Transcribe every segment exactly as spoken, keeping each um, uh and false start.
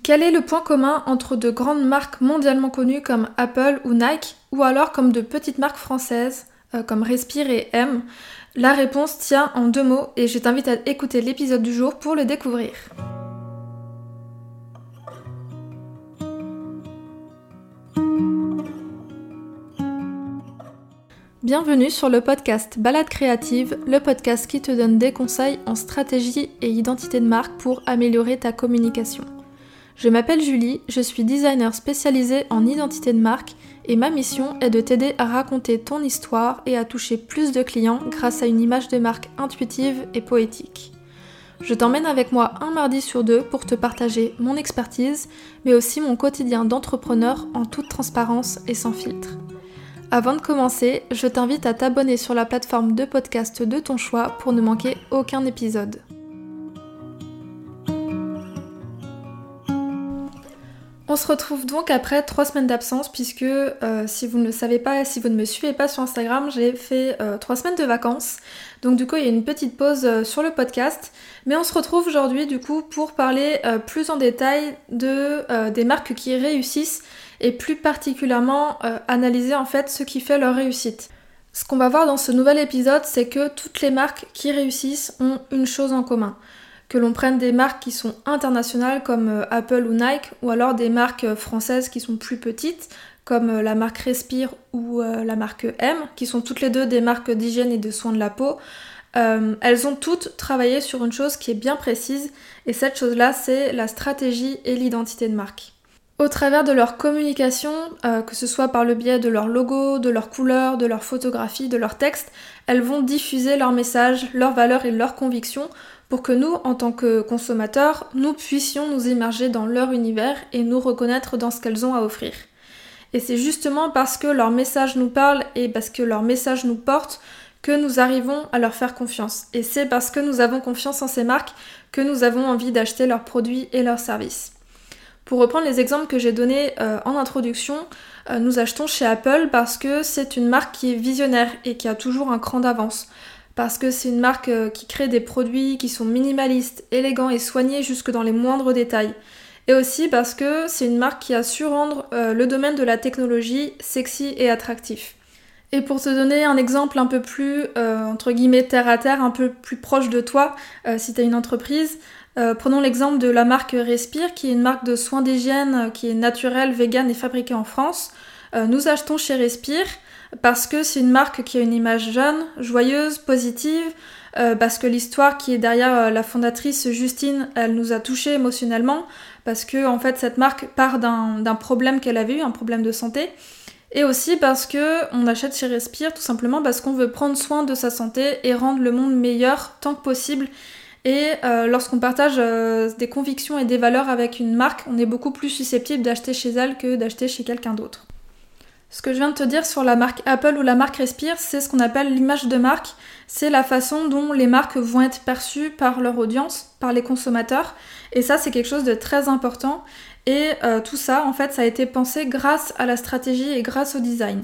Quel est le point commun entre de grandes marques mondialement connues comme Apple ou Nike, ou alors comme de petites marques françaises euh, comme Respire et M? La réponse tient en deux mots et je t'invite à écouter l'épisode du jour pour le découvrir. Bienvenue sur le podcast Balade créative, le podcast qui te donne des conseils en stratégie et identité de marque pour améliorer ta communication. Je m'appelle Julie, je suis designer spécialisée en identité de marque et ma mission est de t'aider à raconter ton histoire et à toucher plus de clients grâce à une image de marque intuitive et poétique. Je t'emmène avec moi un mardi sur deux pour te partager mon expertise, mais aussi mon quotidien d'entrepreneur en toute transparence et sans filtre. Avant de commencer, je t'invite à t'abonner sur la plateforme de podcast de ton choix pour ne manquer aucun épisode. On se retrouve donc après trois semaines d'absence puisque euh, si vous ne le savez pas et si vous ne me suivez pas sur Instagram, j'ai fait euh, trois semaines de vacances. Donc du coup il y a une petite pause euh, sur le podcast. Mais on se retrouve aujourd'hui du coup pour parler euh, plus en détail de, euh, des marques qui réussissent et plus particulièrement euh, analyser en fait ce qui fait leur réussite. Ce qu'on va voir dans ce nouvel épisode, c'est que toutes les marques qui réussissent ont une chose en commun. Que l'on prenne des marques qui sont internationales comme Apple ou Nike, ou alors des marques françaises qui sont plus petites, comme la marque Respire ou la marque M, qui sont toutes les deux des marques d'hygiène et de soins de la peau. Euh, elles ont toutes travaillé sur une chose qui est bien précise, et cette chose-là, c'est la stratégie et l'identité de marque. Au travers de leur communication, euh, que ce soit par le biais de leur logo, de leurs couleurs, de leurs photographies, de leurs textes, elles vont diffuser leurs messages, leurs valeurs et leurs convictions pour que nous, en tant que consommateurs, nous puissions nous immerger dans leur univers et nous reconnaître dans ce qu'elles ont à offrir. Et c'est justement parce que leur message nous parle et parce que leur message nous porte que nous arrivons à leur faire confiance. Et c'est parce que nous avons confiance en ces marques que nous avons envie d'acheter leurs produits et leurs services. Pour reprendre les exemples que j'ai donnés euh, en introduction, euh, nous achetons chez Apple parce que c'est une marque qui est visionnaire et qui a toujours un cran d'avance. Parce que c'est une marque euh, qui crée des produits qui sont minimalistes, élégants et soignés jusque dans les moindres détails. Et aussi parce que c'est une marque qui a su rendre euh, le domaine de la technologie sexy et attractif. Et pour te donner un exemple un peu plus, euh, entre guillemets, terre à terre, un peu plus proche de toi, euh, si tu as une entreprise, Euh, prenons l'exemple de la marque Respire, qui est une marque de soins d'hygiène euh, qui est naturelle, végane et fabriquée en France. Euh, nous achetons chez Respire parce que c'est une marque qui a une image jeune, joyeuse, positive, euh, parce que l'histoire qui est derrière euh, la fondatrice Justine, elle nous a touchés émotionnellement, parce que en fait cette marque part d'un, d'un problème qu'elle avait eu, un problème de santé. Et aussi parce que on achète chez Respire tout simplement parce qu'on veut prendre soin de sa santé et rendre le monde meilleur tant que possible. Et euh, lorsqu'on partage euh, des convictions et des valeurs avec une marque, on est beaucoup plus susceptible d'acheter chez elle que d'acheter chez quelqu'un d'autre. Ce que je viens de te dire sur la marque Apple ou la marque Respire, c'est ce qu'on appelle l'image de marque. C'est la façon dont les marques vont être perçues par leur audience, par les consommateurs. Et ça, c'est quelque chose de très important. Et euh, tout ça, en fait, ça a été pensé grâce à la stratégie et grâce au design.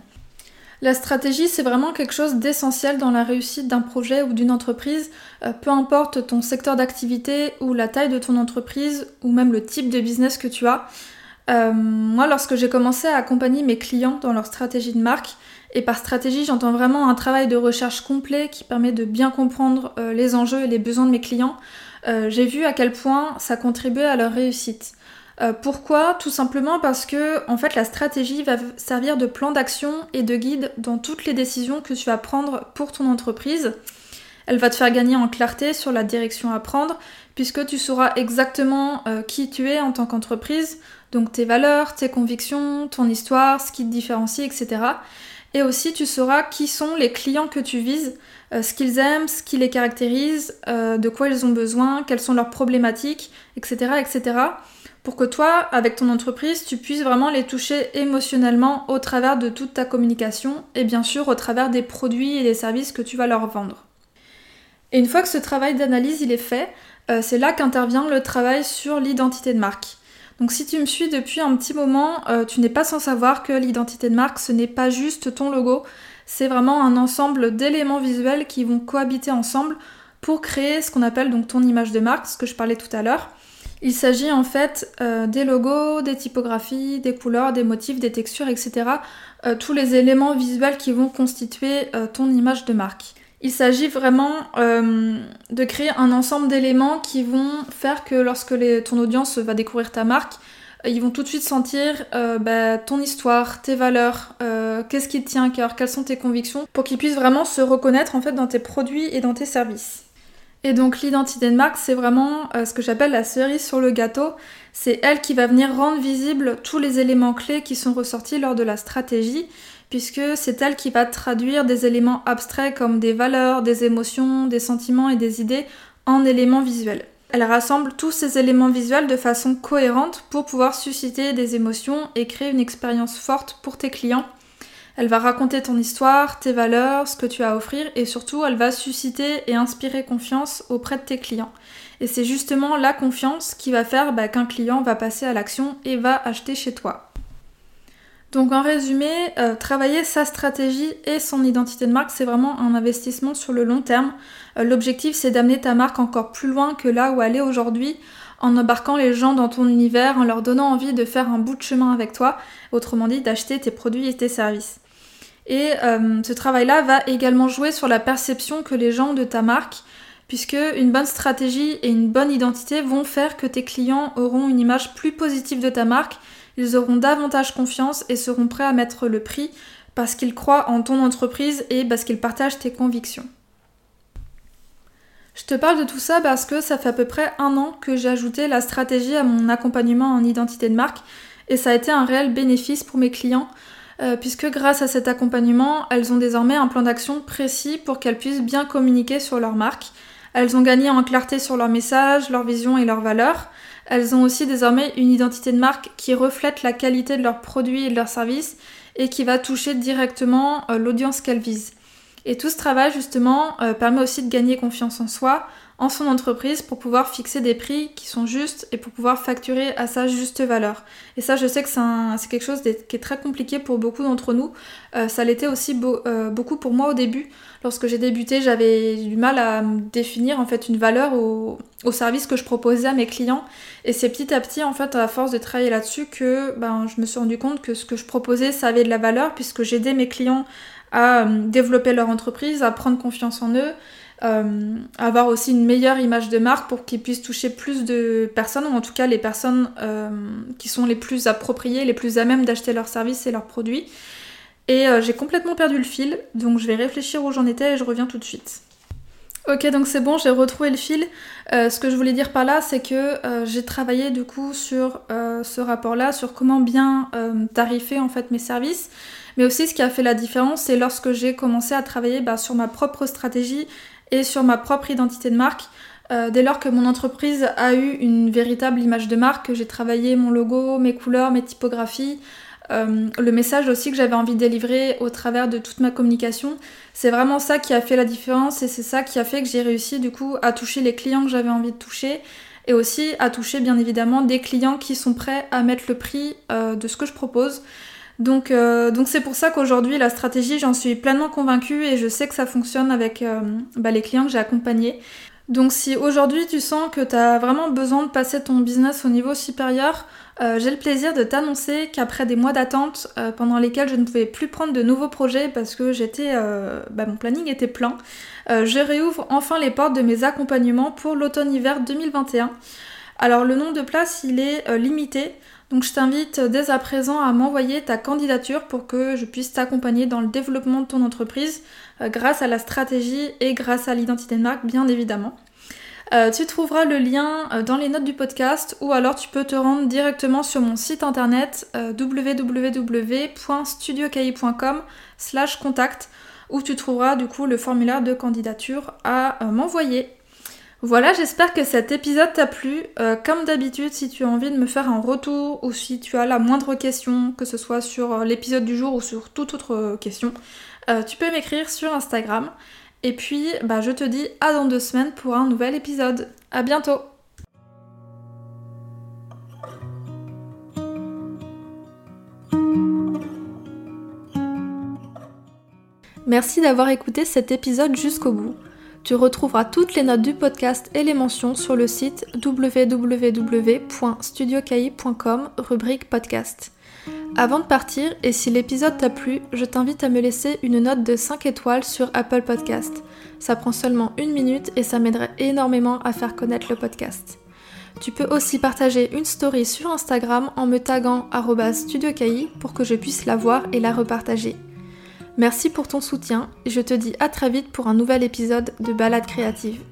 La stratégie, c'est vraiment quelque chose d'essentiel dans la réussite d'un projet ou d'une entreprise, euh, peu importe ton secteur d'activité ou la taille de ton entreprise ou même le type de business que tu as. Euh, moi, lorsque j'ai commencé à accompagner mes clients dans leur stratégie de marque, et par stratégie, j'entends vraiment un travail de recherche complet qui permet de bien comprendre euh, les enjeux et les besoins de mes clients, euh, j'ai vu à quel point ça contribuait à leur réussite. Euh, pourquoi ? Tout simplement parce que en fait, la stratégie va servir de plan d'action et de guide dans toutes les décisions que tu vas prendre pour ton entreprise. Elle va te faire gagner en clarté sur la direction à prendre puisque tu sauras exactement euh, qui tu es en tant qu'entreprise, donc tes valeurs, tes convictions, ton histoire, ce qui te différencie, et cetera. Et aussi tu sauras qui sont les clients que tu vises, euh, ce qu'ils aiment, ce qui les caractérise, euh, de quoi ils ont besoin, quelles sont leurs problématiques, et cetera, et cetera. Pour que toi, avec ton entreprise, tu puisses vraiment les toucher émotionnellement au travers de toute ta communication et bien sûr au travers des produits et des services que tu vas leur vendre. Et une fois que ce travail d'analyse il est fait, euh, c'est là qu'intervient le travail sur l'identité de marque. Donc si tu me suis depuis un petit moment, euh, tu n'es pas sans savoir que l'identité de marque, ce n'est pas juste ton logo, c'est vraiment un ensemble d'éléments visuels qui vont cohabiter ensemble pour créer ce qu'on appelle donc ton image de marque, ce que je parlais tout à l'heure. Il s'agit en fait euh, des logos, des typographies, des couleurs, des motifs, des textures, et cetera. Euh, tous les éléments visuels qui vont constituer euh, ton image de marque. Il s'agit vraiment euh, de créer un ensemble d'éléments qui vont faire que lorsque les, ton audience va découvrir ta marque, ils vont tout de suite sentir euh, bah, ton histoire, tes valeurs, euh, qu'est-ce qui te tient à cœur, quelles sont tes convictions, pour qu'ils puissent vraiment se reconnaître en fait dans tes produits et dans tes services. Et donc l'identité de marque, c'est vraiment euh, ce que j'appelle la cerise sur le gâteau. C'est elle qui va venir rendre visibles tous les éléments clés qui sont ressortis lors de la stratégie, puisque c'est elle qui va traduire des éléments abstraits comme des valeurs, des émotions, des sentiments et des idées en éléments visuels. Elle rassemble tous ces éléments visuels de façon cohérente pour pouvoir susciter des émotions et créer une expérience forte pour tes clients. Elle va raconter ton histoire, tes valeurs, ce que tu as à offrir et surtout elle va susciter et inspirer confiance auprès de tes clients. Et c'est justement la confiance qui va faire bah, qu'un client va passer à l'action et va acheter chez toi. Donc en résumé, euh, travailler sa stratégie et son identité de marque, c'est vraiment un investissement sur le long terme. Euh, l'objectif, c'est d'amener ta marque encore plus loin que là où elle est aujourd'hui, en embarquant les gens dans ton univers, en leur donnant envie de faire un bout de chemin avec toi, autrement dit d'acheter tes produits et tes services. Et euh, ce travail-là va également jouer sur la perception que les gens ont de ta marque, puisque une bonne stratégie et une bonne identité vont faire que tes clients auront une image plus positive de ta marque, ils auront davantage confiance et seront prêts à mettre le prix parce qu'ils croient en ton entreprise et parce qu'ils partagent tes convictions. Je te parle de tout ça parce que ça fait à peu près un an que j'ai ajouté la stratégie à mon accompagnement en identité de marque et ça a été un réel bénéfice pour mes clients euh, puisque grâce à cet accompagnement, elles ont désormais un plan d'action précis pour qu'elles puissent bien communiquer sur leur marque. Elles ont gagné en clarté sur leur message, leur vision et leurs valeurs. Elles ont aussi désormais une identité de marque qui reflète la qualité de leurs produits et de leurs services et qui va toucher directement euh, l'audience qu'elles visent. Et tout ce travail justement euh, permet aussi de gagner confiance en soi, en son entreprise pour pouvoir fixer des prix qui sont justes et pour pouvoir facturer à sa juste valeur. Et ça je sais que c'est, un, c'est quelque chose qui est très compliqué pour beaucoup d'entre nous. Euh, ça l'était aussi beau, euh, beaucoup pour moi au début. Lorsque j'ai débuté, j'avais du mal à définir en fait une valeur au, au service que je proposais à mes clients. Et c'est petit à petit en fait à force de travailler là-dessus que ben, je me suis rendu compte que ce que je proposais ça avait de la valeur puisque j'aidais mes clients à euh, développer leur entreprise, à prendre confiance en eux, euh, à avoir aussi une meilleure image de marque pour qu'ils puissent toucher plus de personnes, ou en tout cas les personnes euh, qui sont les plus appropriées, les plus à même d'acheter leurs services et leurs produits. Et euh, j'ai complètement perdu le fil, donc je vais réfléchir où j'en étais et je reviens tout de suite. Ok, donc c'est bon, j'ai retrouvé le fil. Euh, ce que je voulais dire par là, c'est que euh, j'ai travaillé du coup sur euh, ce rapport-là, sur comment bien euh, tarifer en fait mes services. Mais aussi ce qui a fait la différence, c'est lorsque j'ai commencé à travailler bah, sur ma propre stratégie et sur ma propre identité de marque. Euh, dès lors que mon entreprise a eu une véritable image de marque, que j'ai travaillé mon logo, mes couleurs, mes typographies, euh, le message aussi que j'avais envie de délivrer au travers de toute ma communication, c'est vraiment ça qui a fait la différence et c'est ça qui a fait que j'ai réussi du coup à toucher les clients que j'avais envie de toucher et aussi à toucher bien évidemment des clients qui sont prêts à mettre le prix euh, de ce que je propose. Donc, euh, donc c'est pour ça qu'aujourd'hui la stratégie j'en suis pleinement convaincue et je sais que ça fonctionne avec euh, bah, les clients que j'ai accompagnés. Donc si aujourd'hui tu sens que tu as vraiment besoin de passer ton business au niveau supérieur, euh, j'ai le plaisir de t'annoncer qu'après des mois d'attente euh, pendant lesquels je ne pouvais plus prendre de nouveaux projets parce que j'étais, euh, bah, mon planning était plein, euh, je réouvre enfin les portes de mes accompagnements pour l'automne-hiver deux mille vingt et un. Alors le nombre de places il est euh, limité, donc je t'invite dès à présent à m'envoyer ta candidature pour que je puisse t'accompagner dans le développement de ton entreprise euh, grâce à la stratégie et grâce à l'identité de marque bien évidemment. Euh, tu trouveras le lien euh, dans les notes du podcast ou alors tu peux te rendre directement sur mon site internet euh, w w w point studio k i point com slash contact où tu trouveras du coup le formulaire de candidature à euh, m'envoyer. Voilà, j'espère que cet épisode t'a plu. Euh, comme d'habitude, si tu as envie de me faire un retour ou si tu as la moindre question, que ce soit sur l'épisode du jour ou sur toute autre question, euh, tu peux m'écrire sur Instagram. Et puis, bah, je te dis à dans deux semaines pour un nouvel épisode. À bientôt! Merci d'avoir écouté cet épisode jusqu'au bout. Tu retrouveras toutes les notes du podcast et les mentions sur le site w w w point studio k i point com, rubrique podcast. Avant de partir, et si l'épisode t'a plu, je t'invite à me laisser une note de cinq étoiles sur Apple Podcast. Ça prend seulement une minute et ça m'aiderait énormément à faire connaître le podcast. Tu peux aussi partager une story sur Instagram en me taguant arobase studio k i pour que je puisse la voir et la repartager. Merci pour ton soutien et je te dis à très vite pour un nouvel épisode de Balade créative.